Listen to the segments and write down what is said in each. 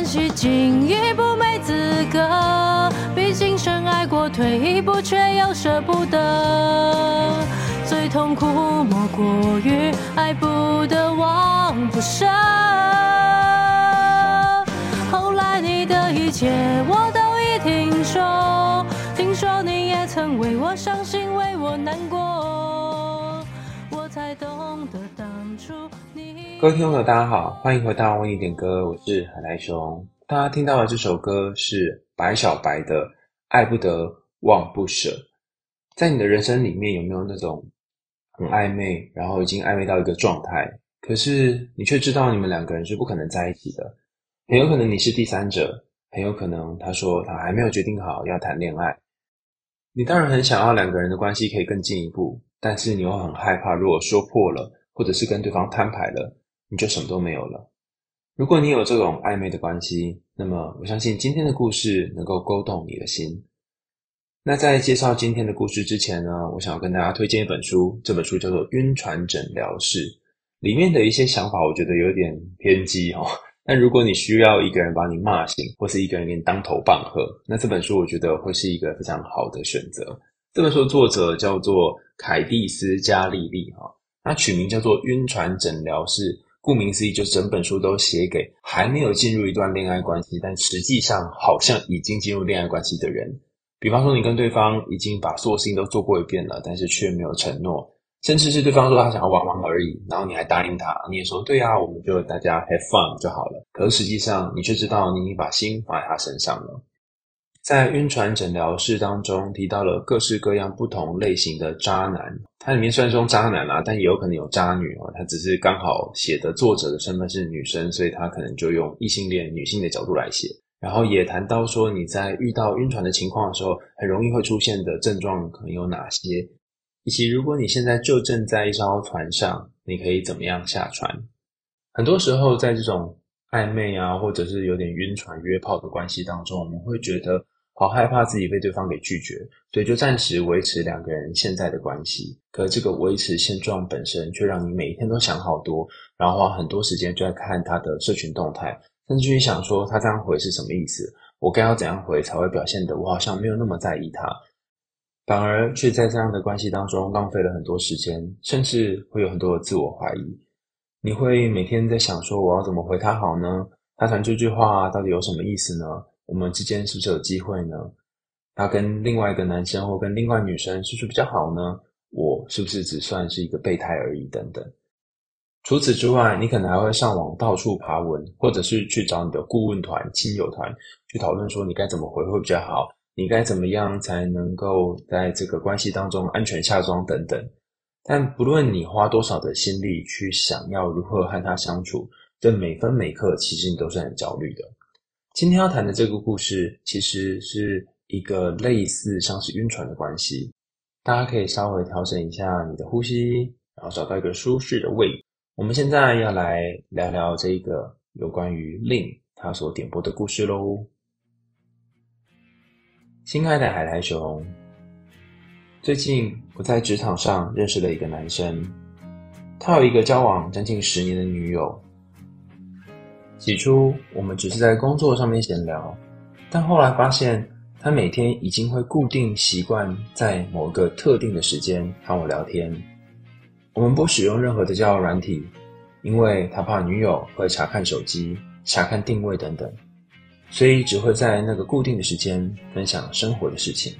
系进一步没资格，毕竟深爱过，退一步却又舍不得。最痛苦莫过于爱不得忘不舍。后来你的一切我都已听说，听说你也曾为我伤心，为我难过，我才懂得当初你。 各位听众朋友大家好，欢迎回到为你点歌，我是海来熊。大家听到的这首歌是白小白的《爱不得忘不舍》。在你的人生里面有没有那种很暧昧，然后已经暧昧到一个状态，可是你却知道你们两个人是不可能在一起的？很有可能你是第三者，很有可能他说他还没有决定好要谈恋爱。你当然很想要两个人的关系可以更进一步，但是你又很害怕，如果说破了，或者是跟对方摊牌了，你就什么都没有了。如果你有这种暧昧的关系，那么我相信今天的故事能够勾动你的心。那在介绍今天的故事之前呢，我想要跟大家推荐一本书，这本书叫做《晕船诊疗室》，里面的一些想法我觉得有点偏激哦。但如果你需要一个人把你骂醒，或是一个人给你当头棒喝，那这本书我觉得会是一个非常好的选择。这本书的作者叫做凯蒂斯·加利利哈，他取名叫做《晕船诊疗室》，顾名思义，就整本书都写给还没有进入一段恋爱关系，但实际上好像已经进入恋爱关系的人。比方说你跟对方已经把所有事情都做过一遍了，但是却没有承诺，甚至是对方说他想要玩玩而已，然后你还答应他，你也说对啊，我们就大家 have fun 就好了。可是实际上你却知道你已经把心放在他身上了。在晕船诊疗室当中提到了各式各样不同类型的渣男，它里面虽然说渣男但也有可能有渣女他只是刚好写的作者的身份是女生，所以他可能就用异性恋女性的角度来写。然后也谈到说你在遇到晕船的情况的时候，很容易会出现的症状可能有哪些，以及如果你现在就正在一艘船上，你可以怎么样下船。很多时候在这种暧昧或者是有点晕船约炮的关系当中，我们会觉得好害怕自己被对方给拒绝，所以就暂时维持两个人现在的关系。可这个维持现状本身却让你每一天都想好多，然后花很多时间就在看他的社群动态，甚至去想说他这样回是什么意思，我该要怎样回才会表现得我好像没有那么在意他，反而却在这样的关系当中浪费了很多时间，甚至会有很多的自我怀疑。你会每天在想说我要怎么回他好呢？他传这句话到底有什么意思呢？我们之间是不是有机会呢？他跟另外一个男生或跟另外女生是不是比较好呢？我是不是只算是一个备胎而已等等。除此之外，你可能还会上网到处爬文，或者是去找你的顾问团、亲友团去讨论说你该怎么回会比较好，你该怎么样才能够在这个关系当中安全下庄等等。但不论你花多少的心力去想要如何和他相处，这每分每刻其实你都是很焦虑的。今天要谈的这个故事其实是一个类似像是晕船的关系，大家可以稍微调整一下你的呼吸，然后找到一个舒适的位置。我们现在要来聊聊这个有关于 Lin 他所点播的故事咯。亲爱的海苔熊，最近我在职场上认识了一个男生，他有一个交往将近10年的女友。起初我们只是在工作上面闲聊，但后来发现他每天已经会固定习惯在某个特定的时间和我聊天。我们不使用任何的交友软体，因为他怕女友会查看手机、查看定位等等，所以只会在那个固定的时间分享生活的事情。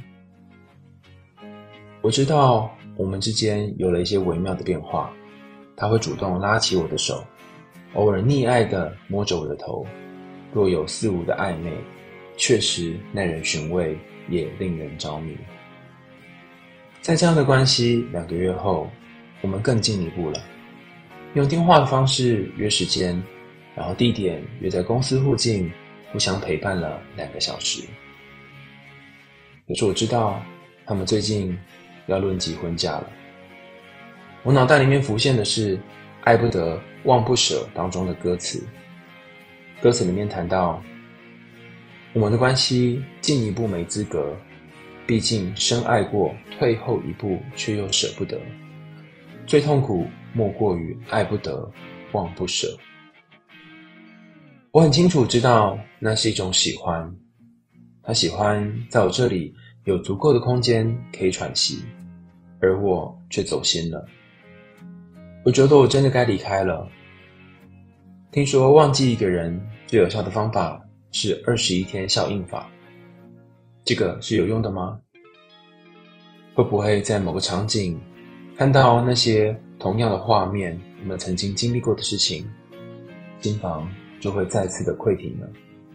我知道我们之间有了一些微妙的变化，他会主动拉起我的手，偶尔溺爱地摸着我的头，若有似无的暧昧，确实耐人寻味，也令人着迷。在这样的关系2个月后，我们更进一步了，用电话的方式约时间，然后地点约在公司附近，互相陪伴了2个小时。可是我知道他们最近要论及婚嫁了。我脑袋里面浮现的是爱不得忘不舍当中的歌词，歌词里面谈到我们的关系进一步没资格，毕竟深爱过，退后一步却又舍不得，最痛苦莫过于爱不得忘不舍。 我很清楚知道那是一种喜欢，他喜欢在我这里有足够的空间可以喘息，而我却走心了。我觉得我真的该离开了。听说忘记一个人最有效的方法是21天效应法，这个是有用的吗？会不会在某个场景看到那些同样的画面，我们曾经经历过的事情，心房就会再次的溃停呢？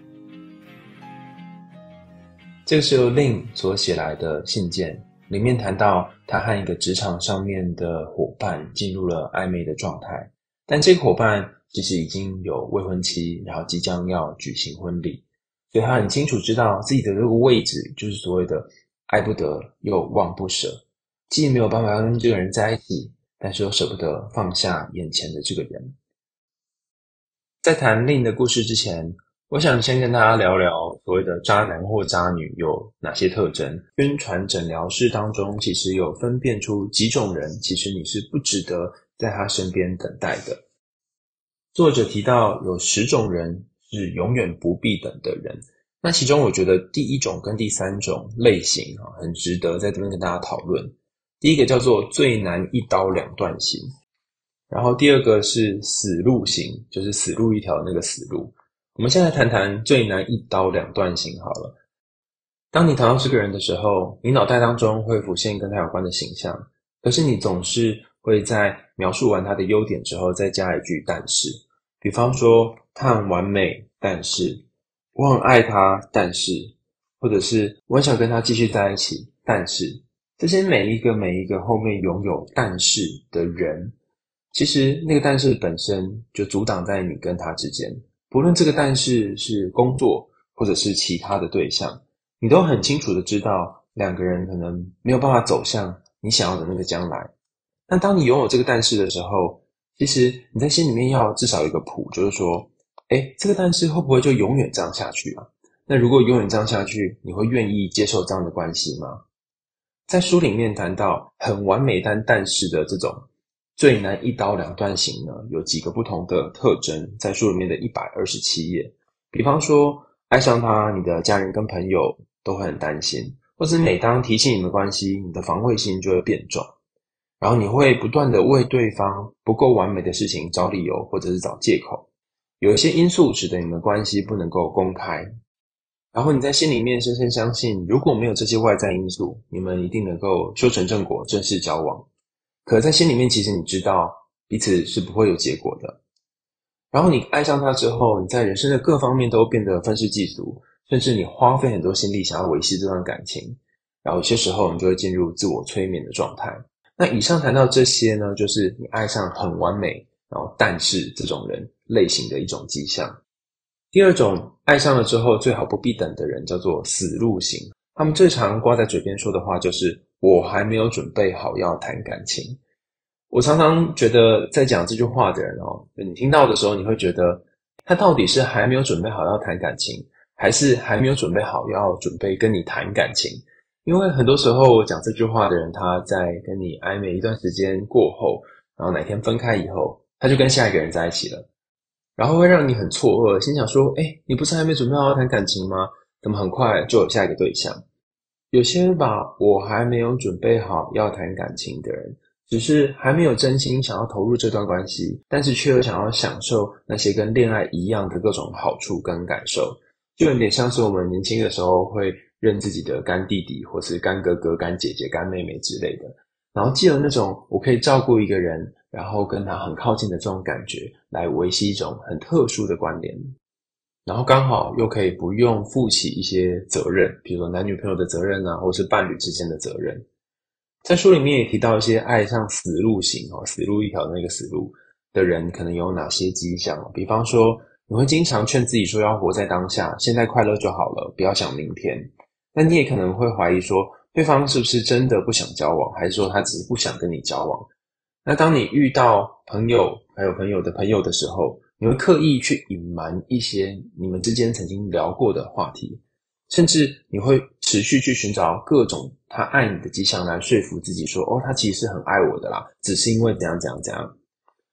这个是由 Lin 所写来的信件，里面谈到他和一个职场上面的伙伴进入了暧昧的状态，但这个伙伴其实已经有未婚妻，然后即将要举行婚礼，所以他很清楚知道自己的这个位置就是所谓的爱不得又忘不舍，既没有办法跟这个人在一起，但是又舍不得放下眼前的这个人。在谈 Lin 的故事之前，我想先跟大家聊聊所谓的渣男或渣女有哪些特征。宣传诊疗室当中其实有分辨出几种人，其实你是不值得在他身边等待的。作者提到有10种人是永远不必等的人，那其中我觉得第一种跟第3种类型很值得在这边跟大家讨论。第一个叫做最难一刀两断型，然后第二个是死路型，就是死路一条的那个死路。我们现在谈谈最难一刀两断型好了。当你谈到这个人的时候，你脑袋当中会浮现跟他有关的形象，可是你总是会在描述完他的优点之后再加一句但是，比方说他很完美，但是我很爱他，但是，或者是我很想跟他继续在一起，但是，这些每一个后面拥有但是的人，其实那个但是本身就阻挡在你跟他之间，不论这个但是是工作或者是其他的对象，你都很清楚的知道两个人可能没有办法走向你想要的那个将来。但当你拥有这个但是的时候，其实你在心里面要至少有一个谱，就是说这个但是会不会就永远这样下去啊？那如果永远这样下去，你会愿意接受这样的关系吗？在书里面谈到很完美但是的这种最难一刀两断型呢，有几个不同的特征，在书里面的127页。比方说爱上他，你的家人跟朋友都会很担心，或是每当提起你们关系，你的防卫心就会变重，然后你会不断的为对方不够完美的事情找理由或者是找借口，有一些因素使得你们关系不能够公开，然后你在心里面深深相信，如果没有这些外在因素，你们一定能够修成正果，正式交往。可在心里面其实你知道彼此是不会有结果的。然后你爱上他之后，你在人生的各方面都变得愤世嫉俗，甚至你花费很多心力想要维系这段感情，然后有些时候你就会进入自我催眠的状态。那以上谈到这些呢，就是你爱上很完美然后但是这种人类型的一种迹象。第二种爱上了之后最好不必等的人叫做死路型，他们最常挂在嘴边说的话就是我还没有准备好要谈感情。我常常觉得在讲这句话的人你听到的时候你会觉得他到底是还没有准备好要谈感情，还是还没有准备好要准备跟你谈感情？因为很多时候讲这句话的人，他在跟你暧昧一段时间过后，然后哪天分开以后，他就跟下一个人在一起了，然后会让你很错愕，心想说你不是还没准备好要谈感情吗？怎么很快就有下一个对象？有些把我还没有准备好要谈感情的人，只是还没有真心想要投入这段关系，但是却又想要享受那些跟恋爱一样的各种好处跟感受，就有点像是我们年轻的时候会认自己的干弟弟或是干哥哥、干姐姐、干妹妹之类的，然后借由那种我可以照顾一个人，然后跟他很靠近的这种感觉来维系一种很特殊的关联，然后刚好又可以不用负起一些责任，比如说男女朋友的责任或是伴侣之间的责任。在书里面也提到一些爱上死路型死路一条的那个死路的人可能有哪些迹象，比方说你会经常劝自己说要活在当下，现在快乐就好了，不要想明天。那你也可能会怀疑说对方是不是真的不想交往，还是说他只是不想跟你交往。那当你遇到朋友还有朋友的朋友的时候，你会刻意去隐瞒一些你们之间曾经聊过的话题，甚至你会持续去寻找各种他爱你的迹象来说服自己说他其实是很爱我的啦，只是因为怎样怎样怎样。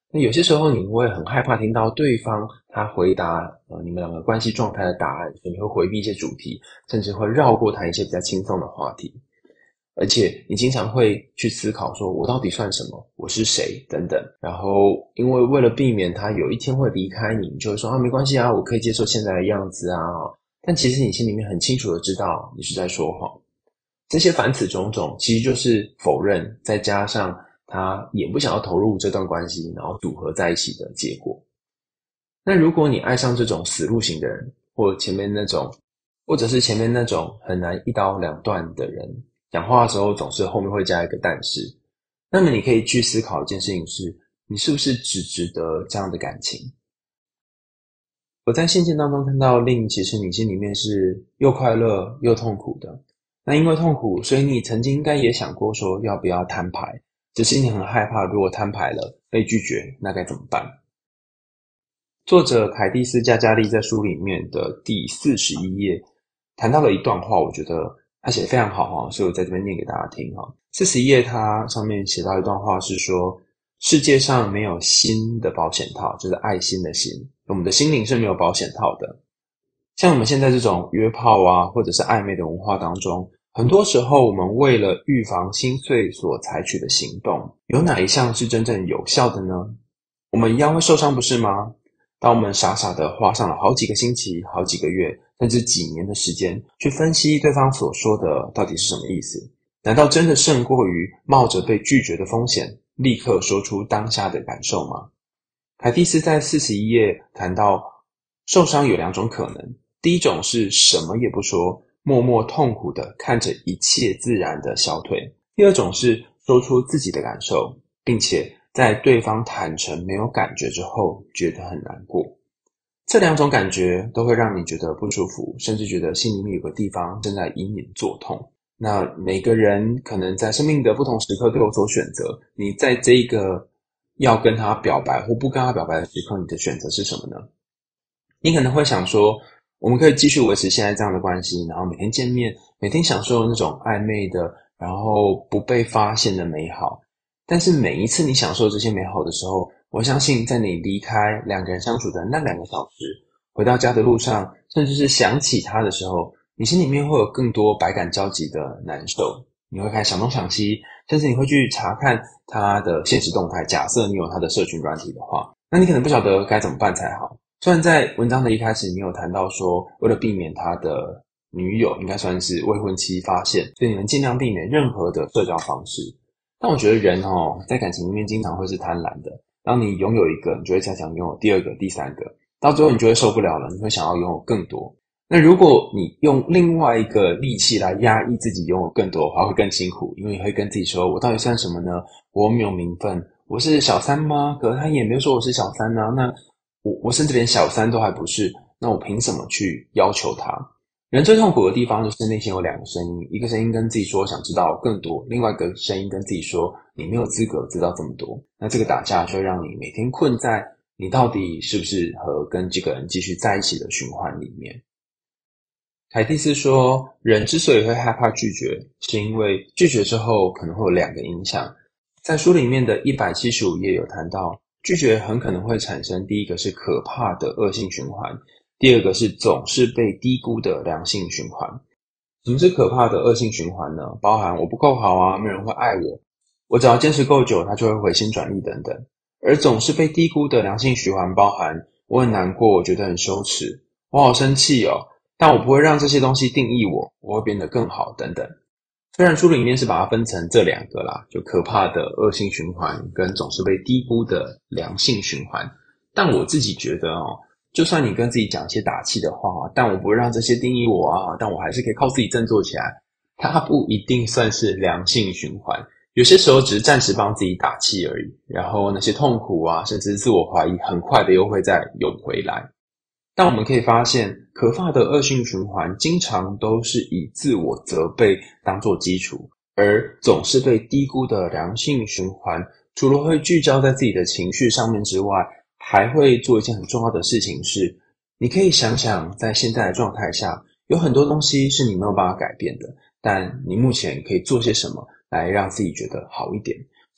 那有些时候你会很害怕听到对方他回答你们两个关系状态的答案，所以你会回避一些主题，甚至会绕过谈一些比较轻松的话题。而且你经常会去思考说我到底算什么，我是谁等等，然后因为为了避免他有一天会离开你，你就会说没关系啊，我可以接受现在的样子啊，但其实你心里面很清楚的知道你是在说谎。这些凡此种种其实就是否认，再加上他也不想要投入这段关系，然后组合在一起的结果。那如果你爱上这种死路型的人，或者是前面那种很难一刀两断的人，讲话的时候总是后面会加一个但是，那么你可以去思考一件事情是，你是不是只值得这样的感情？我在信件当中看到令其实你心里面是又快乐又痛苦的。那因为痛苦，所以你曾经应该也想过说要不要摊牌，只是你很害怕如果摊牌了被拒绝，那该怎么办？作者凯蒂斯·加加利在书里面的第41页谈到了一段话，我觉得他写得非常好，所以我在这边念给大家听。41页他上面写到一段话是说，世界上没有心的保险套，就是爱心的心，我们的心灵是没有保险套的。像我们现在这种约炮啊，或者是暧昧的文化当中，很多时候我们为了预防心碎所采取的行动，有哪一项是真正有效的呢？我们一样会受伤不是吗？当我们傻傻的花上了好几个星期、好几个月，甚至几年的时间去分析对方所说的到底是什么意思，难道真的胜过于冒着被拒绝的风险，立刻说出当下的感受吗？凯蒂斯在41页谈到，受伤有两种可能，第一种是什么也不说，默默痛苦的看着一切自然的消退；第二种是说出自己的感受，并且在对方坦诚没有感觉之后，觉得很难过。这两种感觉都会让你觉得不舒服，甚至觉得心里面有个地方正在隐隐作痛。那每个人可能在生命的不同时刻都有所选择，你在这一个要跟他表白或不跟他表白的时刻，你的选择是什么呢？你可能会想说，我们可以继续维持现在这样的关系，然后每天见面，每天享受那种暧昧的，然后不被发现的美好。但是每一次你享受这些美好的时候，我相信在你离开两个人相处的那2个小时，回到家的路上，甚至是想起他的时候，你心里面会有更多百感交集的难受。你会开始想东想西，甚至你会去查看他的现实动态，假设你有他的社群软体的话，那你可能不晓得该怎么办才好。虽然在文章的一开始你有谈到说，为了避免他的女友，应该算是未婚妻发现，所以你们尽量避免任何的社交方式。但我觉得人在感情里面经常会是贪婪的，当你拥有一个，你就会再想拥有第二个、第三个，到最后你就会受不了了，你会想要拥有更多。那如果你用另外一个力气来压抑自己拥有更多的话，会更辛苦，因为你会跟自己说，我到底算什么呢？我没有名分，我是小三吗？可是他也没有说我是小三啊，那我甚至连小三都还不是，那我凭什么去要求他？人最痛苦的地方就是内心有2个声音，一个声音跟自己说想知道更多，另外一个声音跟自己说你没有资格知道这么多。那这个打架就会让你每天困在你到底是不是和跟这个人继续在一起的循环里面。凯蒂斯说，人之所以会害怕拒绝，是因为拒绝之后可能会有2个影响。在书里面的175页有谈到，拒绝很可能会产生第一个是可怕的恶性循环，第二个是总是被低估的良性循环。什么是可怕的恶性循环呢？包含我不够好啊，没有人会爱我，我只要坚持够久，他就会回心转意等等。而总是被低估的良性循环包含我很难过，我觉得很羞耻，我好生气哦，但我不会让这些东西定义我，我会变得更好等等。虽然书里面是把它分成这2个啦，就可怕的恶性循环跟总是被低估的良性循环，但我自己觉得就算你跟自己讲一些打气的话，但我不会让这些定义我啊，但我还是可以靠自己振作起来，它不一定算是良性循环，有些时候只是暂时帮自己打气而已，然后那些痛苦啊，甚至自我怀疑很快的又会再涌回来。但我们可以发现，可怕的恶性循环经常都是以自我责备当作基础，而总是被低估的良性循环，除了会聚焦在自己的情绪上面之外，还会做一件很重要的事情是，你可以想想在现在的状态下，有很多东西是你没有办法改变的，但你目前可以做些什么来让自己觉得好一点。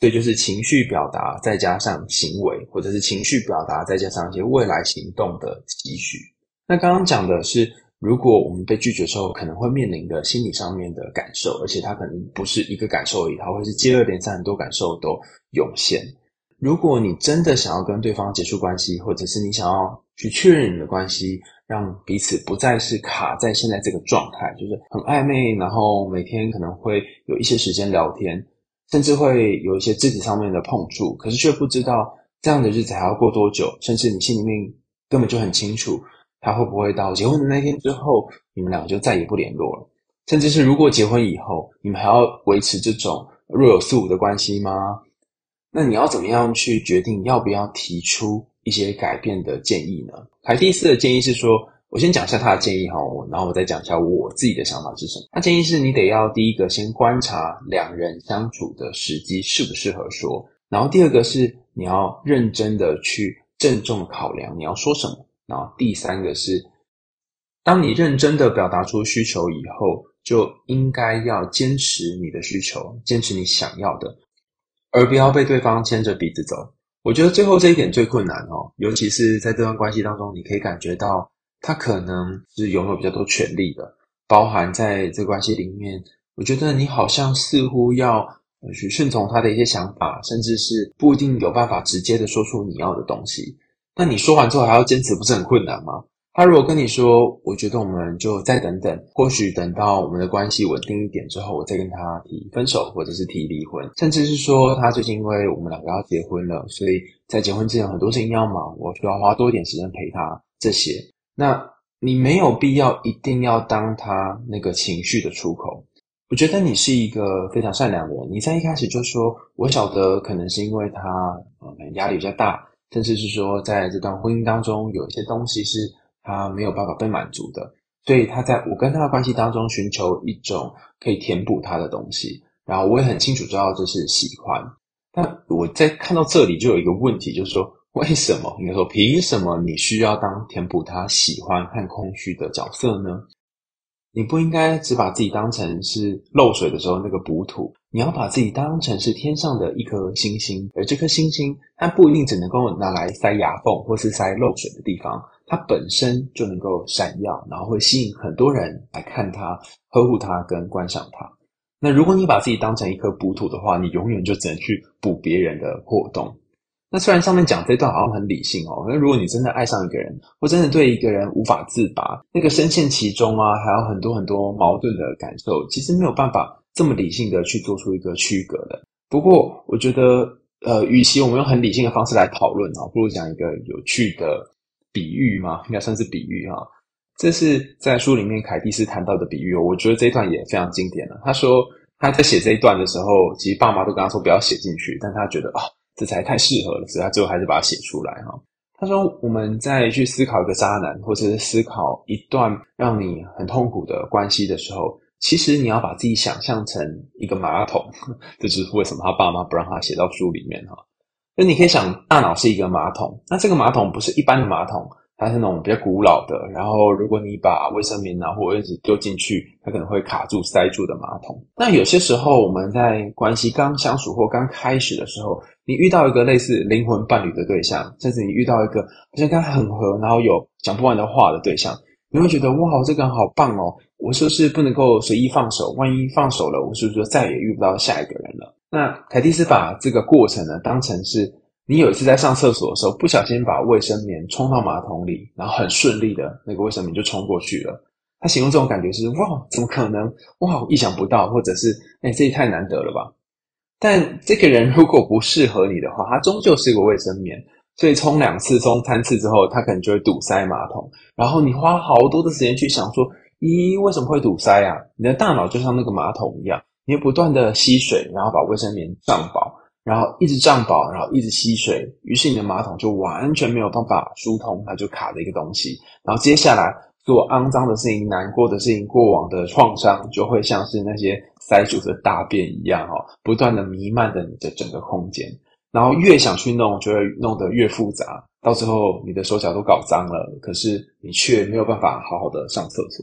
所以就是情绪表达再加上行为，或者是情绪表达再加上一些未来行动的期许。那刚刚讲的是如果我们被拒绝的时候可能会面临的心理上面的感受，而且它可能不是一个感受而已，它会是接二连三很多感受都涌现。如果你真的想要跟对方结束关系，或者是你想要去确认你的关系，让彼此不再是卡在现在这个状态，就是很暧昧，然后每天可能会有一些时间聊天，甚至会有一些肢体上面的碰触，可是却不知道这样的日子还要过多久，甚至你心里面根本就很清楚他会不会到结婚的那天之后你们两个就再也不联络了，甚至是如果结婚以后你们还要维持这种若有似无的关系吗？那你要怎么样去决定要不要提出一些改变的建议呢？凯蒂斯的建议是说，我先讲一下他的建议然后我再讲一下我自己的想法是什么。他建议是你得要第一个先观察两人相处的时机适不适合说，然后第二个是你要认真的去郑重考量你要说什么，然后第三个是当你认真的表达出需求以后，就应该要坚持你的需求，坚持你想要的，而不要被对方牵着鼻子走。我觉得最后这一点最困难尤其是在这段关系当中，你可以感觉到他可能是拥有比较多权利的，包含在这个关系里面，我觉得你好像似乎要去顺从他的一些想法，甚至是不一定有办法直接的说出你要的东西。那你说完之后还要坚持，不是很困难吗？他如果跟你说我觉得我们就再等等，或许等到我们的关系稳定一点之后，我再跟他提分手或者是提离婚，甚至是说他最近因为我们两个要结婚了，所以在结婚之前很多事情要忙，我需要花多一点时间陪他，这些那你没有必要一定要当他那个情绪的出口。我觉得你是一个非常善良的人，你在一开始就说我晓得可能是因为他压力比较大，甚至是说在这段婚姻当中有一些东西是他没有办法被满足的，所以他在我跟他的关系当中寻求一种可以填补他的东西，然后我也很清楚知道这是喜欢。但我在看到这里就有一个问题，就是说为什么应该说凭什么你需要当填补他喜欢和空虚的角色呢？你不应该只把自己当成是漏水的时候那个补土，你要把自己当成是天上的一颗星星，而这颗星星它不一定只能够拿来塞牙缝或是塞漏水的地方，它本身就能够闪耀，然后会吸引很多人来看它、呵护它跟观赏它。那如果你把自己当成一颗补土的话，你永远就只能去补别人的破洞。那虽然上面讲这段好像很理性那如果你真的爱上一个人，或真的对一个人无法自拔，那个深陷其中还有很多很多矛盾的感受，其实没有办法这么理性的去做出一个区隔的。不过我觉得与其我们用很理性的方式来讨论不如讲一个有趣的比喻嘛，应该算是比喻这是在书里面凯蒂斯谈到的比喻我觉得这一段也非常经典了。他说他在写这一段的时候，其实爸妈都跟他说不要写进去，但他觉得这才太适合了，所以他最后还是把它写出来他说我们在去思考一个渣男，或者是思考一段让你很痛苦的关系的时候，其实你要把自己想象成一个马桶这就是为什么他爸妈不让他写到书里面就你可以想大脑是一个马桶，那这个马桶不是一般的马桶，它是那种比较古老的，然后如果你把卫生棉或卫生纸丢进去，它可能会卡住塞住的马桶。那有些时候我们在关系刚相处或刚开始的时候，你遇到一个类似灵魂伴侣的对象，甚至你遇到一个好像跟他很合，然后有讲不完的话的对象，你会觉得哇这个人好棒我是不是不能够随意放手，万一放手了，我是不是就再也遇不到下一个人了。那凯蒂斯把这个过程呢当成是你有一次在上厕所的时候不小心把卫生棉冲到马桶里，然后很顺利的那个卫生棉就冲过去了。他形容这种感觉是哇怎么可能，哇意想不到，或者是这也太难得了吧。但这个人如果不适合你的话，他终究是个卫生棉，所以冲2次冲3次之后他可能就会堵塞马桶，然后你花好多的时间去想说咦为什么会堵塞你的大脑就像那个马桶一样，你会不断的吸水，然后把卫生棉胀饱，然后一直胀饱，然后一直吸水，于是你的马桶就完全没有办法疏通，它就卡着一个东西，然后接下来做肮脏的事情、难过的事情、过往的创伤就会像是那些塞住的大便一样不断的弥漫着你的整个空间，然后越想去弄就会弄得越复杂，到最后你的手脚都搞脏了，可是你却没有办法好好的上厕所。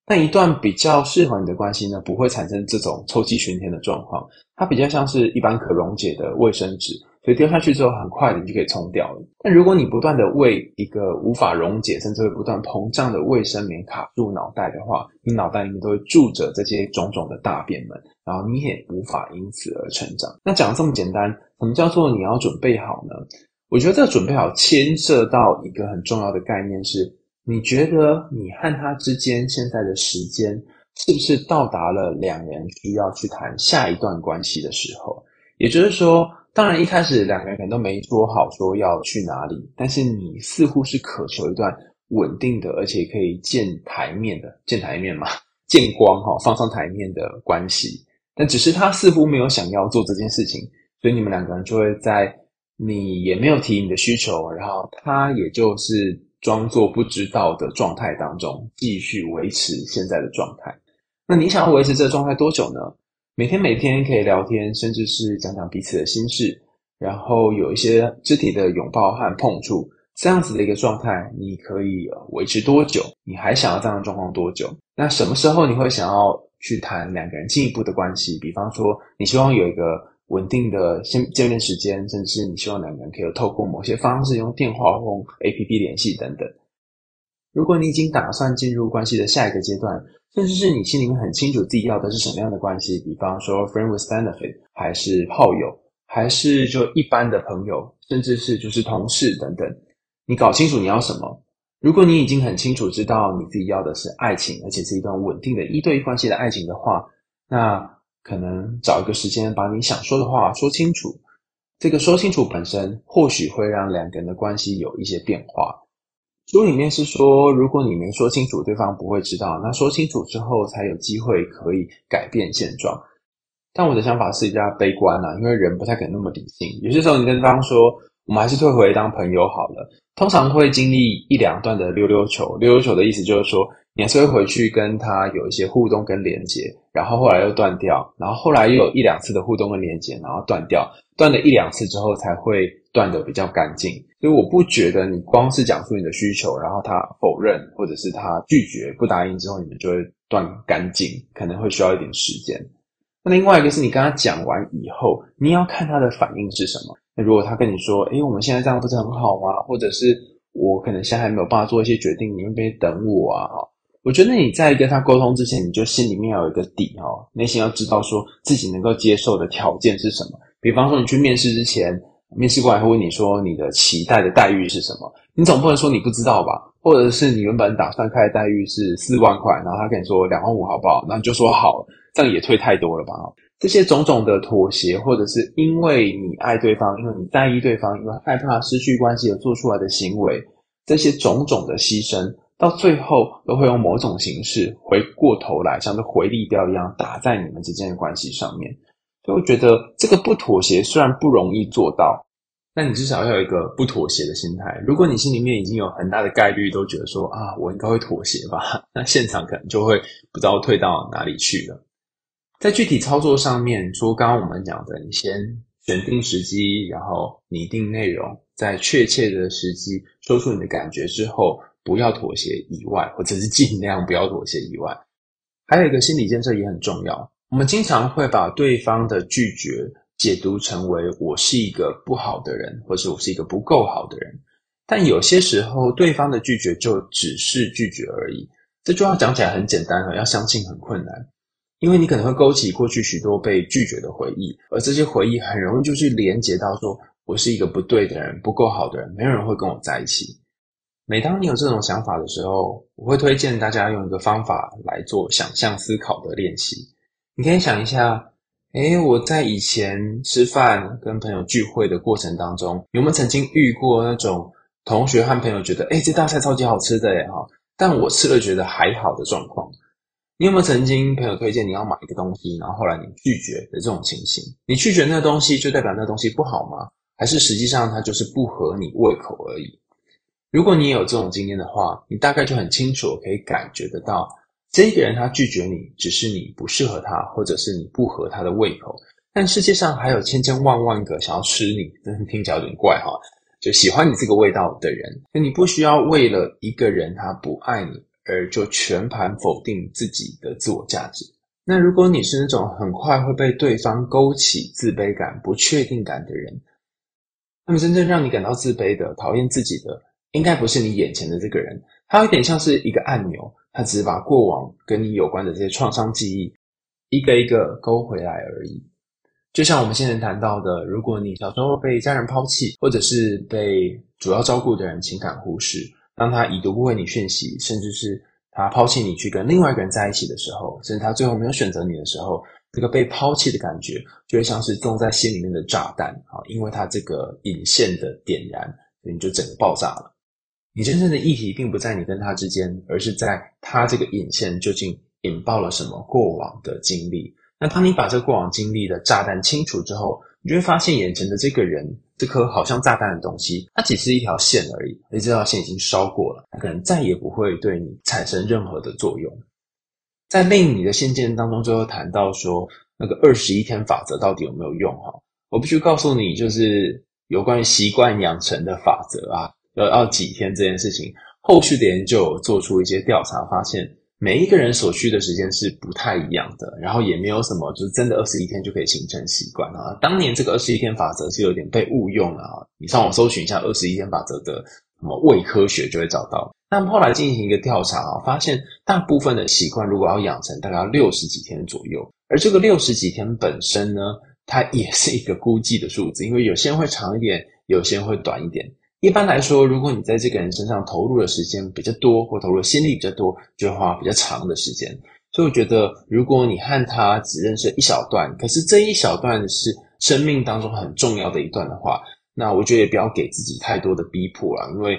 但一段比较适合你的关系呢，不会产生这种臭气熏天的状况，它比较像是一般可溶解的卫生纸，所以丢下去之后很快的你就可以冲掉了。但如果你不断的为一个无法溶解甚至会不断膨胀的卫生棉卡住脑袋的话，你脑袋里面都会住着这些种种的大便们，然后你也无法因此而成长。那讲得这么简单，什么叫做你要准备好呢？我觉得这个准备好牵涉到一个很重要的概念是，你觉得你和他之间现在的时间是不是到达了两人需要去谈下一段关系的时候？也就是说，当然一开始两个人可能都没说好说要去哪里，但是你似乎是渴求一段稳定的而且可以见台面嘛，见光放上台面的关系。但只是他似乎没有想要做这件事情，所以你们两个人就会在你也没有提你的需求，然后他也就是装作不知道的状态当中继续维持现在的状态。那你想要维持这个状态多久呢？每天可以聊天，甚至是讲讲彼此的心事，然后有一些肢体的拥抱和碰触，这样子的一个状态你可以维持多久？你还想要这样的状况多久？那什么时候你会想要去谈两个人进一步的关系？比方说你希望有一个稳定的见面时间，甚至是你希望两个人可以透过某些方式用电话或 APP 联系等等。如果你已经打算进入关系的下一个阶段，甚至是你心里面很清楚自己要的是什么样的关系，比方说 friend with benefit， 还是炮友，还是就一般的朋友，甚至是就是同事等等，你搞清楚你要什么。如果你已经很清楚知道你自己要的是爱情，而且是一段稳定的一对一关系的爱情的话，那可能找一个时间把你想说的话说清楚。这个说清楚本身或许会让两个人的关系有一些变化。书里面是说，如果你没说清楚，对方不会知道，那说清楚之后才有机会可以改变现状。但我的想法是比较悲观因为人不太可能那么理性。有些时候你跟对方说，我们还是退回当朋友好了，通常会经历一两段的溜溜球。溜溜球的意思就是说，你还是会回去跟他有一些互动跟连结，然后后来又断掉，然后后来又有一两次的互动跟连结，然后断掉，断了一两次之后才会断得比较干净。所以我不觉得你光是讲出你的需求，然后他否认或者是他拒绝不答应之后，你们就会断干净，可能会需要一点时间。那另外一个是你跟他讲完以后，你要看他的反应是什么。那如果他跟你说我们现在这样不是很好吗？或者是我可能现在还没有办法做一些决定，你会不会等我啊？我觉得你在跟他沟通之前，你就心里面要有一个底内心要知道说自己能够接受的条件是什么。比方说你去面试之前，面试官会问你说你的期待的待遇是什么，你总不能说你不知道吧？或者是你原本打算开的待遇是4万块，然后他跟你说2万5好不好？然后你就说好，这样也退太多了吧？这些种种的妥协，或者是因为你爱对方，因为你在意对方，因为害怕失去关系而做出来的行为，这些种种的牺牲，到最后都会用某种形式回过头来，像是回力镖一样打在你们之间的关系上面。所以我觉得这个不妥协虽然不容易做到，但你至少要有一个不妥协的心态。如果你心里面已经有很大的概率都觉得说我应该会妥协吧，那现场可能就会不知道退到哪里去了。在具体操作上面，除了刚刚我们讲的，你先选定时机，然后拟定内容，在确切的时机说出你的感觉之后，不要妥协以外，或者是尽量不要妥协以外，还有一个心理建设也很重要。我们经常会把对方的拒绝解读成为我是一个不好的人，或者我是一个不够好的人。但有些时候对方的拒绝就只是拒绝而已。这句话讲起来很简单，要相信很困难。因为你可能会勾起过去许多被拒绝的回忆，而这些回忆很容易就去连结到说我是一个不对的人，不够好的人，没有人会跟我在一起。每当你有这种想法的时候，我会推荐大家用一个方法来做想象思考的练习。你可以想一下，我在以前吃饭跟朋友聚会的过程当中，有没有曾经遇过那种同学和朋友觉得这道菜超级好吃的但我吃了觉得还好的状况？你有没有曾经朋友推荐你要买一个东西，然后后来你拒绝的这种情形？你拒绝那个东西就代表那个东西不好吗？还是实际上它就是不合你胃口而已？如果你也有这种经验的话，你大概就很清楚可以感觉得到，这个人他拒绝你只是你不适合他，或者是你不合他的胃口，但世界上还有千千万万个想要吃你，真的听起来有点怪就喜欢你这个味道的人。所以你不需要为了一个人他不爱你而就全盘否定自己的自我价值。那如果你是那种很快会被对方勾起自卑感、不确定感的人，那么真正让你感到自卑的、讨厌自己的，应该不是你眼前的这个人，它有点像是一个按钮，它只是把过往跟你有关的这些创伤记忆一个一个勾回来而已。就像我们现在谈到的，如果你小时候被家人抛弃，或者是被主要照顾的人情感忽视，当他已读不回你讯息，甚至是他抛弃你去跟另外一个人在一起的时候，甚至他最后没有选择你的时候，这个被抛弃的感觉就会像是种在心里面的炸弹，因为他这个引线的点燃，所以你就整个爆炸了。你真正的议题并不在你跟他之间，而是在他这个引线究竟引爆了什么过往的经历。那当你把这个过往经历的炸弹清除之后，你就会发现眼前的这个人，这颗好像炸弹的东西，它只是一条线而已，而这条线已经烧过了，它可能再也不会对你产生任何的作用。在令你的信件当中，最后谈到说那个21天法则到底有没有用哈？我必须告诉你，就是有关于习惯养成的法则啊，要几天这件事情，后续的研究有做出一些调查，发现每一个人所需的时间是不太一样的，然后也没有什么就是真的21天就可以形成习惯啊。当年这个21天法则是有点被误用了啊，你上网搜寻一下21天法则的什么伪科学就会找到。那么后来进行一个调查啊，发现大部分的习惯如果要养成，大概要60几天左右，而这个60几天本身呢，它也是一个估计的数字，因为有些人会长一点，有些人会短一点。一般来说，如果你在这个人身上投入的时间比较多，或投入的心力比较多，就会花比较长的时间。所以我觉得，如果你和他只认识一小段，可是这一小段是生命当中很重要的一段的话，那我觉得也不要给自己太多的逼迫啦，因为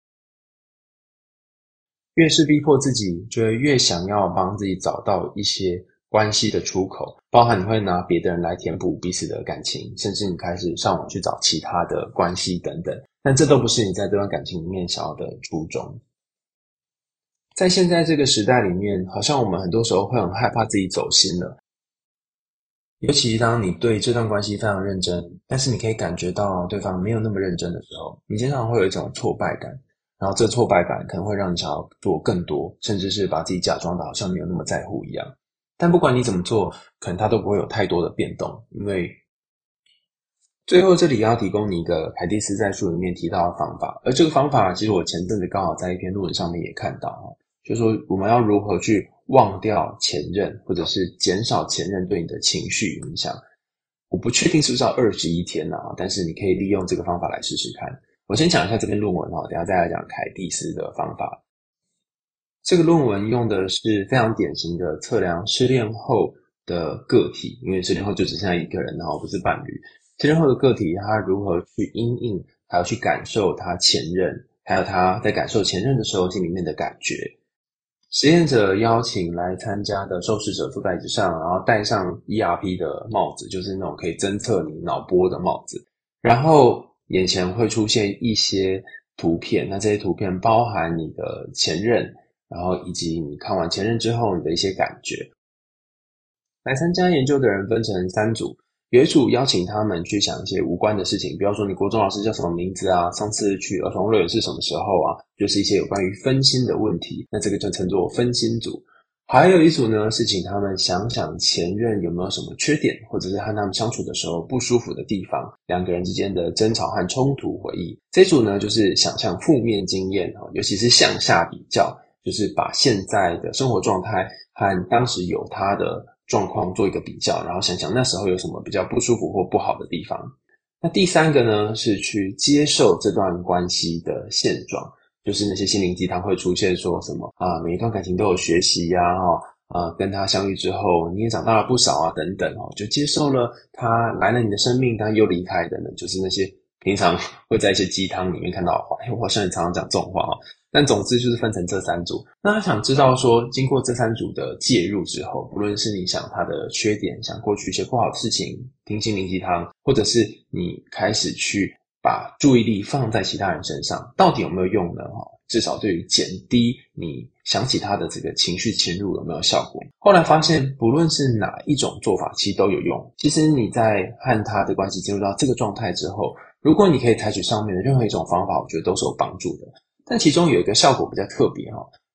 越是逼迫自己，就会越想要帮自己找到一些关系的出口，包含你会拿别的人来填补彼此的感情，甚至你开始上网去找其他的关系等等，但这都不是你在这段感情里面想要的初衷。在现在这个时代里面，好像我们很多时候会很害怕自己走心了，尤其当你对这段关系非常认真，但是你可以感觉到对方没有那么认真的时候，你经常会有一种挫败感，然后这挫败感可能会让你想要做更多，甚至是把自己假装的好像没有那么在乎一样。但不管你怎么做，可能它都不会有太多的变动，因为最后这里要提供你一个凯蒂斯在书里面提到的方法，而这个方法其实我前阵子刚好在一篇论文上面也看到，就是说我们要如何去忘掉前任，或者是减少前任对你的情绪影响。我不确定是不是要21天但是你可以利用这个方法来试试看。我先讲一下这篇论文等一下再来讲凯蒂斯的方法。这个论文用的是非常典型的测量失恋后的个体，因为失恋后就只剩下一个人，然后不是伴侣。失恋后的个体他如何去因应，还有去感受他前任，还有他在感受前任的时候心里面的感觉。实验者邀请来参加的受试者坐在椅子上，然后戴上 ERP 的帽子，就是那种可以侦测你脑波的帽子，然后眼前会出现一些图片，那这些图片包含你的前任，然后以及你看完前任之后你的一些感觉。来参加研究的人分成3组，有一组邀请他们去想一些无关的事情，比方说你国中老师叫什么名字啊，上次去儿童乐园是什么时候啊，就是一些有关于分心的问题，那这个就称作分心组。还有一组呢是请他们想想前任有没有什么缺点，或者是和他们相处的时候不舒服的地方，两个人之间的争吵和冲突回忆。这一组呢就是想象负面经验，尤其是向下比较，就是把现在的生活状态和当时有他的状况做一个比较，然后想想那时候有什么比较不舒服或不好的地方。那第3个呢是去接受这段关系的现状，就是那些心灵鸡汤会出现说什么每一段感情都有学习跟他相遇之后你也长大了不少等等就接受了他来了你的生命但又离开的呢，就是那些平常会在一些鸡汤里面看到的话，我好像也常常讲这种话但总之就是分成这3组。那他想知道说，经过这3组的介入之后，不论是你想他的缺点，想过去一些不好的事情，听心灵鸡汤，或者是你开始去把注意力放在其他人身上，到底有没有用呢？至少对于减低你想起他的这个情绪侵入有没有效果。后来发现不论是哪一种做法其实都有用。其实你在和他的关系进入到这个状态之后，如果你可以采取上面的任何一种方法，我觉得都是有帮助的。但其中有一个效果比较特别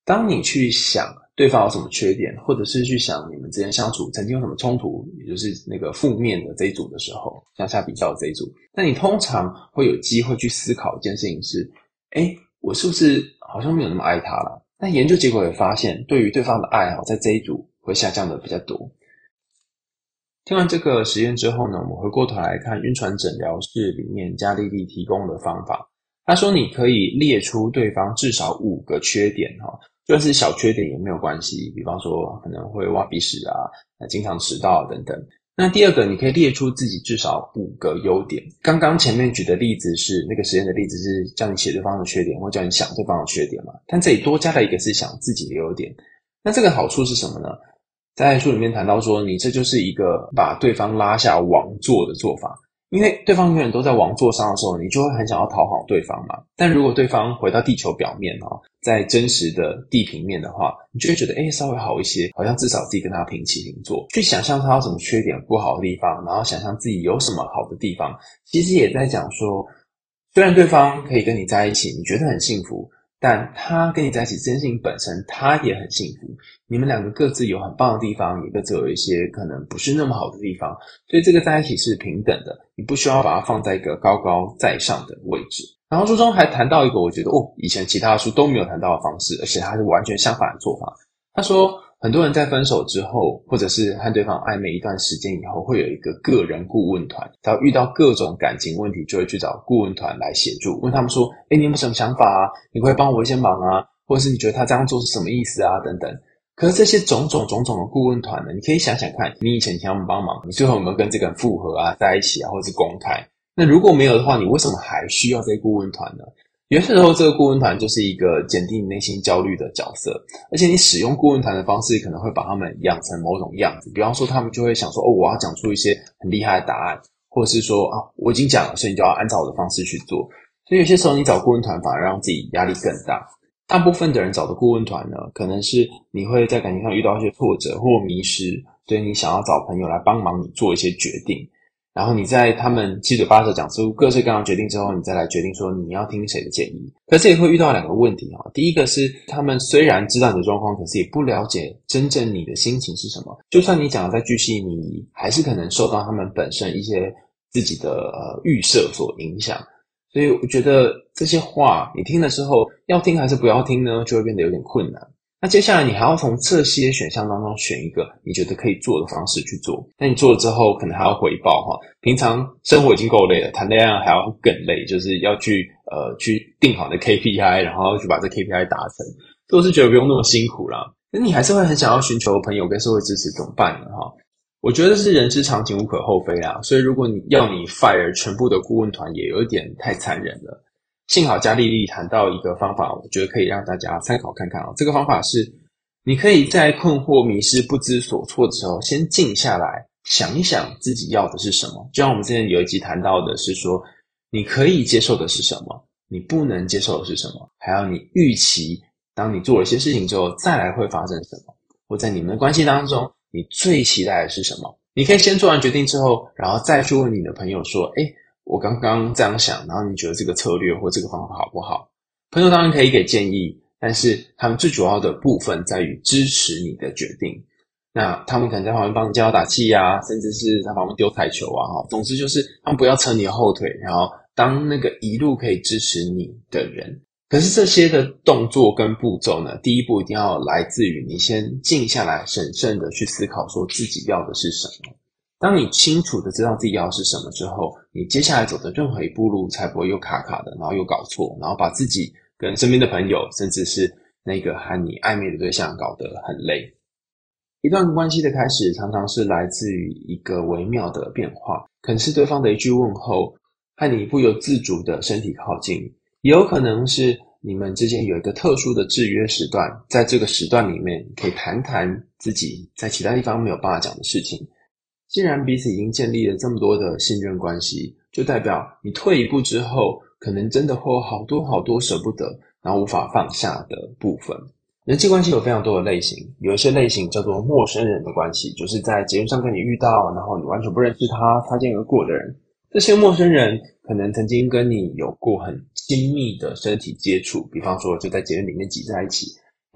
当你去想对方有什么缺点，或者是去想你们之间相处曾经有什么冲突，也就是那个负面的这一组的时候，向下比较的这一组，那你通常会有机会去思考一件事情是，我是不是好像没有那么爱他了？但研究结果也发现，对于对方的爱在这一组会下降的比较多。听完这个实验之后呢，我们回过头来看晕船诊疗室里面加利利提供的方法。他说你可以列出对方至少5个缺点，就算是小缺点也没有关系，比方说可能会挖鼻屎啊，经常迟到等等。那第二个，你可以列出自己至少5个优点。刚刚前面举的例子是那个实验的例子是叫你写对方的缺点，或叫你想对方的缺点嘛，但这里多加了一个是想自己的优点。那这个好处是什么呢？在书里面谈到说，你这就是一个把对方拉下王座的做法。因为对方永远都在王座上的时候，你就会很想要讨好对方嘛。但如果对方回到地球表面在真实的地平面的话，你就会觉得稍微好一些，好像至少自己跟他平起平坐。去想象他有什么缺点不好的地方，然后想象自己有什么好的地方，其实也在讲说，虽然对方可以跟你在一起，你觉得很幸福，但他跟你在一起这件事情本身他也很幸福，你们两个各自有很棒的地方，也各自有一些可能不是那么好的地方，所以这个在一起是平等的，你不需要把它放在一个高高在上的位置。然后书中还谈到一个我觉得以前其他的书都没有谈到的方式，而且它是完全相反的做法。他说很多人在分手之后，或者是和对方暧昧一段时间以后，会有一个个人顾问团，只要遇到各种感情问题就会去找顾问团来协助，问他们说你有没有什么想法啊，你会帮我一些忙啊，或者是你觉得他这样做是什么意思啊等等。可是这些种种的顾问团呢，你可以想想看，你以前请他们帮忙，你最后有没有跟这个人复合啊，在一起啊，或者是公开？那如果没有的话，你为什么还需要这个顾问团呢？有些时候这个顾问团就是一个减低你内心焦虑的角色，而且你使用顾问团的方式可能会把他们养成某种样子，比方说他们就会想说我要讲出一些很厉害的答案，或者是说我已经讲了，所以你就要按照我的方式去做。所以有些时候你找顾问团反而让自己压力更大。大部分的人找的顾问团呢，可能是你会在感情上遇到一些挫折或迷失，所以你想要找朋友来帮忙你做一些决定，然后你在他们七嘴八舌讲出各式各样的决定之后，你再来决定说你要听谁的建议。可是也会遇到2个问题第一个是他们虽然知道你的状况，可是也不了解真正你的心情是什么，就算你讲的再巨细靡遗，还是可能受到他们本身一些自己的预设所影响。所以我觉得这些话你听的时候要听还是不要听呢，就会变得有点困难。那接下来你还要从这些选项当中选一个你觉得可以做的方式去做，那你做了之后可能还要回报平常生活已经够累了，谈恋爱还要更累，就是要去定好你的 KPI， 然后去把这 KPI 达成，所以我是觉得不用那么辛苦啦。那你还是会很想要寻求朋友跟社会支持，怎么办呢我觉得是人之常情，无可厚非啦。所以如果你要你 fire 全部的顾问团，也有一点太残忍了。幸好加利利谈到一个方法，我觉得可以让大家参考看看这个方法是，你可以在困惑、迷失、不知所措的时候，先静下来，想一想自己要的是什么。就像我们之前有一集谈到的是说，你可以接受的是什么，你不能接受的是什么，还有你预期当你做了一些事情之后，再来会发生什么，或在你们的关系当中你最期待的是什么。你可以先做完决定之后，然后再去问你的朋友说我刚刚这样想，然后你觉得这个策略或这个方法好不好？朋友当然可以给建议，但是他们最主要的部分在于支持你的决定。那他们可能在旁边帮你加油打气啊，甚至是在旁边丢彩球啊，总之就是他们不要扯你的后腿，然后当那个一路可以支持你的人。可是这些的动作跟步骤呢，第一步一定要来自于你先静下来，审慎的去思考说自己要的是什么。当你清楚的知道自己要的是什么之后，你接下来走的任何一步路才不会又卡卡的，然后又搞错，然后把自己跟身边的朋友，甚至是那个和你暧昧的对象搞得很累。一段关系的开始常常是来自于一个微妙的变化，可能是对方的一句问候，和你不由自主的身体靠近，也有可能是你们之间有一个特殊的制约时段，在这个时段里面可以谈谈自己在其他地方没有办法讲的事情。既然彼此已经建立了这么多的信任关系，就代表你退一步之后，可能真的会有好多舍不得，然后无法放下的部分。人际关系有非常多的类型，有一些类型叫做陌生人的关系，就是在捷运上跟你遇到，然后你完全不认识他，擦肩而过的人。这些陌生人可能曾经跟你有过很亲密的身体接触，比方说就在捷运里面挤在一起，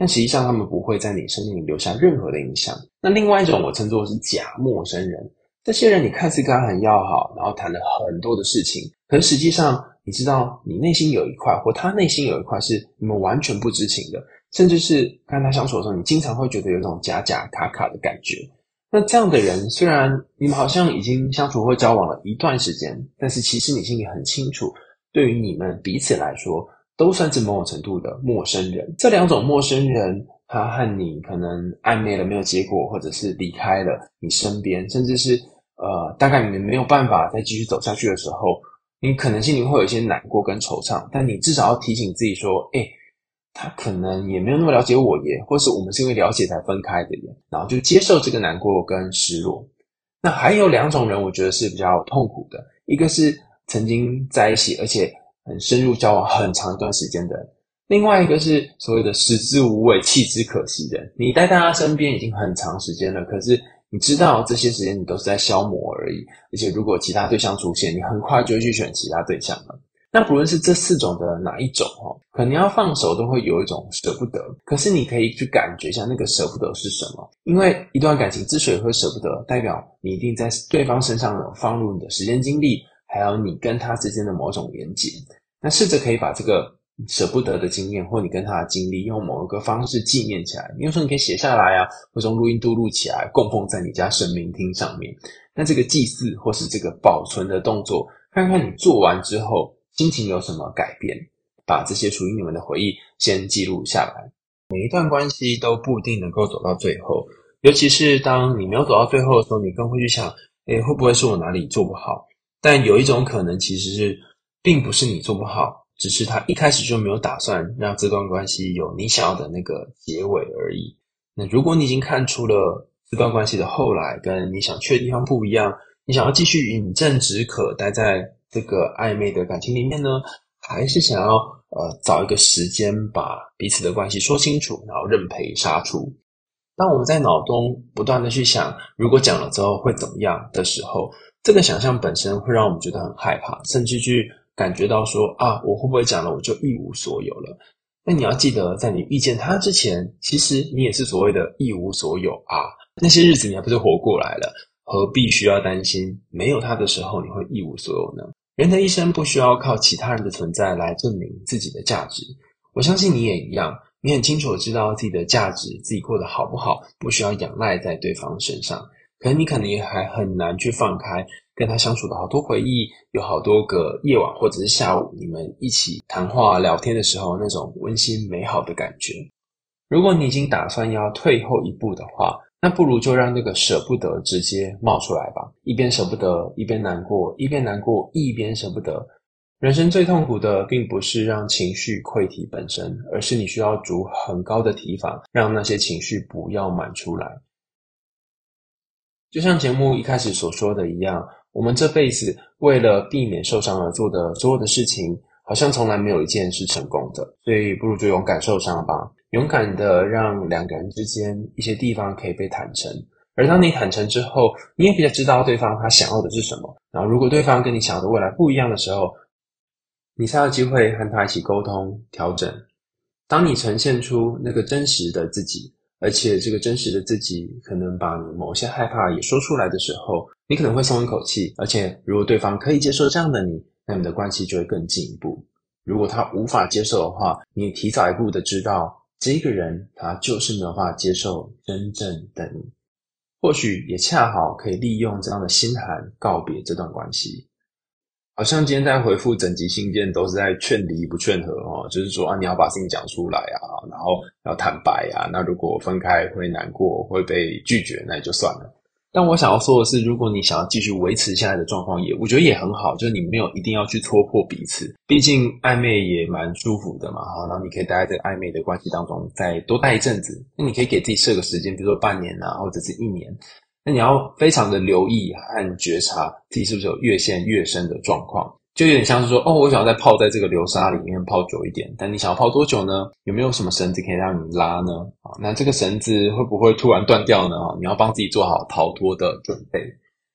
但实际上他们不会在你生命里留下任何的影响。那另外一种我称作是假陌生人，这些人你看似跟他很要好，然后谈了很多的事情，可是实际上你知道你内心有一块或他内心有一块是你们完全不知情的，甚至是跟他相处的时候你经常会觉得有一种假假卡卡的感觉。那这样的人虽然你们好像已经相处或交往了一段时间，但是其实你心里很清楚，对于你们彼此来说都算是某种程度的陌生人。这两种陌生人他和你可能暧昧了没有结果，或者是离开了你身边，甚至是大概你们没有办法再继续走下去的时候，你可能心里会有一些难过跟惆怅，但你至少要提醒自己说他可能也没有那么了解我耶，或是我们是因为了解才分开的耶，然后就接受这个难过跟失落。那还有两种人我觉得是比较痛苦的，一个是曾经在一起而且很深入交往很长一段时间的人，另外一个是所谓的食之无味弃之可惜的人，你待在他身边已经很长时间了，可是你知道这些时间你都是在消磨而已，而且如果其他对象出现，你很快就会去选其他对象了。那不论是这四种的哪一种可能要放手都会有一种舍不得，可是你可以去感觉一下那个舍不得是什么。因为一段感情之所以会舍不得，代表你一定在对方身上有放入你的时间精力，还有你跟他之间的某种连结。那试着可以把这个舍不得的经验或你跟他的经历用某一个方式纪念起来，比如说你可以写下来或者用录音录起来供奉在你家神明厅上面。那这个祭祀或是这个保存的动作，看看你做完之后心情有什么改变，把这些属于你们的回忆先记录下来。每一段关系都不一定能够走到最后，尤其是当你没有走到最后的时候，你更会去想会不会是我哪里做不好。但有一种可能其实是并不是你做不好，只是他一开始就没有打算让这段关系有你想要的那个结尾而已。那如果你已经看出了这段关系的后来跟你想去的地方不一样，你想要继续饮鸩止渴待在这个暧昧的感情里面呢，还是想要找一个时间把彼此的关系说清楚，然后认赔杀出。当我们在脑中不断的去想如果讲了之后会怎么样的时候，这个想象本身会让我们觉得很害怕，甚至去感觉到说我会不会讲了我就一无所有了。那你要记得，在你遇见他之前，其实你也是所谓的一无所有那些日子你还不是活过来了，何必需要担心没有他的时候你会一无所有呢？人的一生不需要靠其他人的存在来证明自己的价值，我相信你也一样，你很清楚地知道自己的价值，自己过得好不好不需要仰赖在对方身上，可能也还很难去放开跟他相处的好多回忆，有好多个夜晚或者是下午你们一起谈话聊天的时候那种温馨美好的感觉。如果你已经打算要退后一步的话，那不如就让那个舍不得直接冒出来吧，一边舍不得一边难过，一边难过一边舍不得。人生最痛苦的并不是让情绪溃堤本身，而是你需要筑很高的堤防，让那些情绪不要满出来。就像节目一开始所说的一样，我们这辈子为了避免受伤而做的所有的事情，好像从来没有一件是成功的，所以不如就勇敢受伤吧，勇敢的让两个人之间一些地方可以被坦诚。而当你坦诚之后，你也比较知道对方他想要的是什么，然后如果对方跟你想要的未来不一样的时候，你才有机会和他一起沟通调整。当你呈现出那个真实的自己，而且这个真实的自己可能把你某些害怕也说出来的时候，你可能会松一口气，而且如果对方可以接受这样的你，那你的关系就会更进一步。如果他无法接受的话，你提早一步的知道这个人他就是没有办法接受真正的你，或许也恰好可以利用这样的心寒告别这段关系。好像今天在回复整集信件都是在劝离不劝和就是说你要把事情讲出来然后要坦白那如果分开会难过会被拒绝，那也就算了。但我想要说的是，如果你想要继续维持现在的状况，我觉得也很好，就是你没有一定要去戳破彼此，毕竟暧昧也蛮舒服的嘛然后你可以待在这个暧昧的关系当中再多待一阵子，那你可以给自己设个时间，比如说半年或者是1年，那你要非常的留意和觉察自己是不是有越陷越深的状况，就有点像是说我想要再泡在这个流沙里面泡久一点，但你想要泡多久呢？有没有什么绳子可以让你拉呢？那这个绳子会不会突然断掉呢？你要帮自己做好逃脱的准备。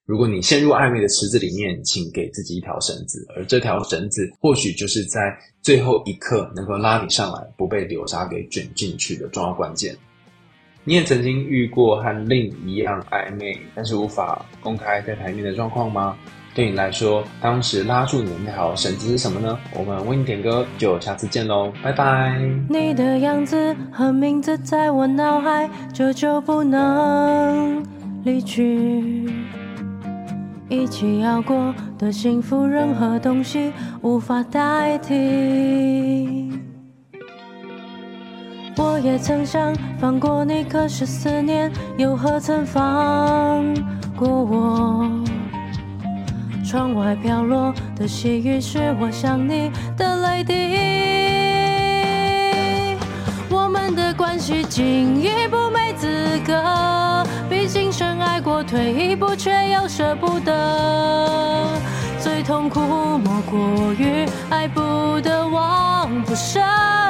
如果你陷入暧昧的池子里面，请给自己一条绳子，而这条绳子或许就是在最后一刻能够拉你上来，不被流沙给卷进去的重要关键。你也曾经遇过和另一样暧昧，但是无法公开在台面的状况吗？对你来说，当时拉住你的那条绳子是什么呢？我们为你点歌，就下次见咯，拜拜。 你的样子和名字在我脑海，久久不能离去。一起要过的幸福，任何东西无法代替。我也曾想放过你，可是思念又何曾放过我？窗外飘落的细雨是我想你的泪滴。我们的关系进一步没资格，毕竟深爱过，退一步却又舍不得。最痛苦莫过于爱不得忘不舍。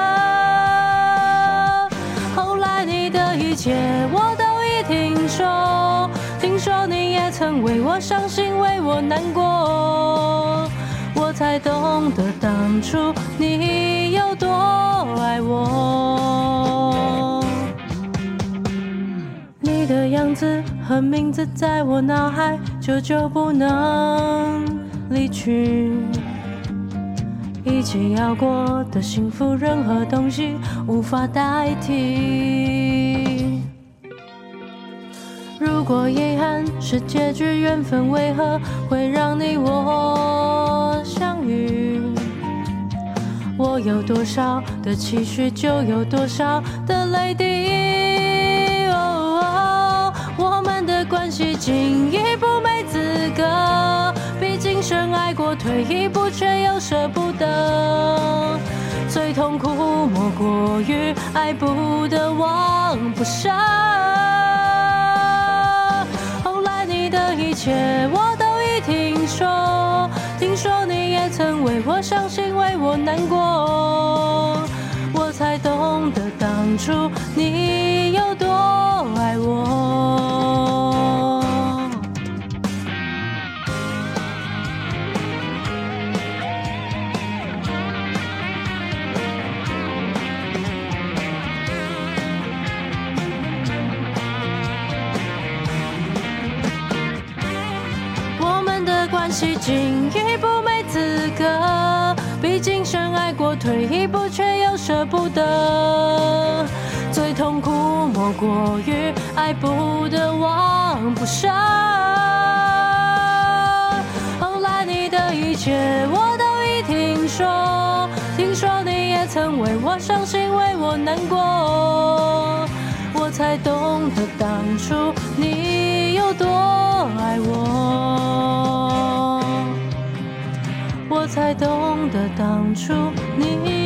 后来你的一切我都已听说，听说你也曾为我伤心，为我难过，我才懂得当初你有多爱我。你的样子和名字在我脑海，久久不能离去。一起要过的幸福，任何东西无法代替。如果遗憾是结局，缘分为何会让你我相遇？我有多少的期许，就有多少的泪滴。我们的关系进一步没资格，毕竟深爱过，退一步却又舍不得。最痛苦莫过于爱不得忘不舍。后来你的一切我都已听说，听说你也曾为我伤心，为我难过，我才懂得当初你有多爱我。关系进一步没资格，毕竟深爱过，退一步却又舍不得。最痛苦莫过于爱不得忘不舍。后来你的一切我都已听说，听说你也曾为我伤心，为我难过，我才懂得当初你有多爱我，我才懂得当初你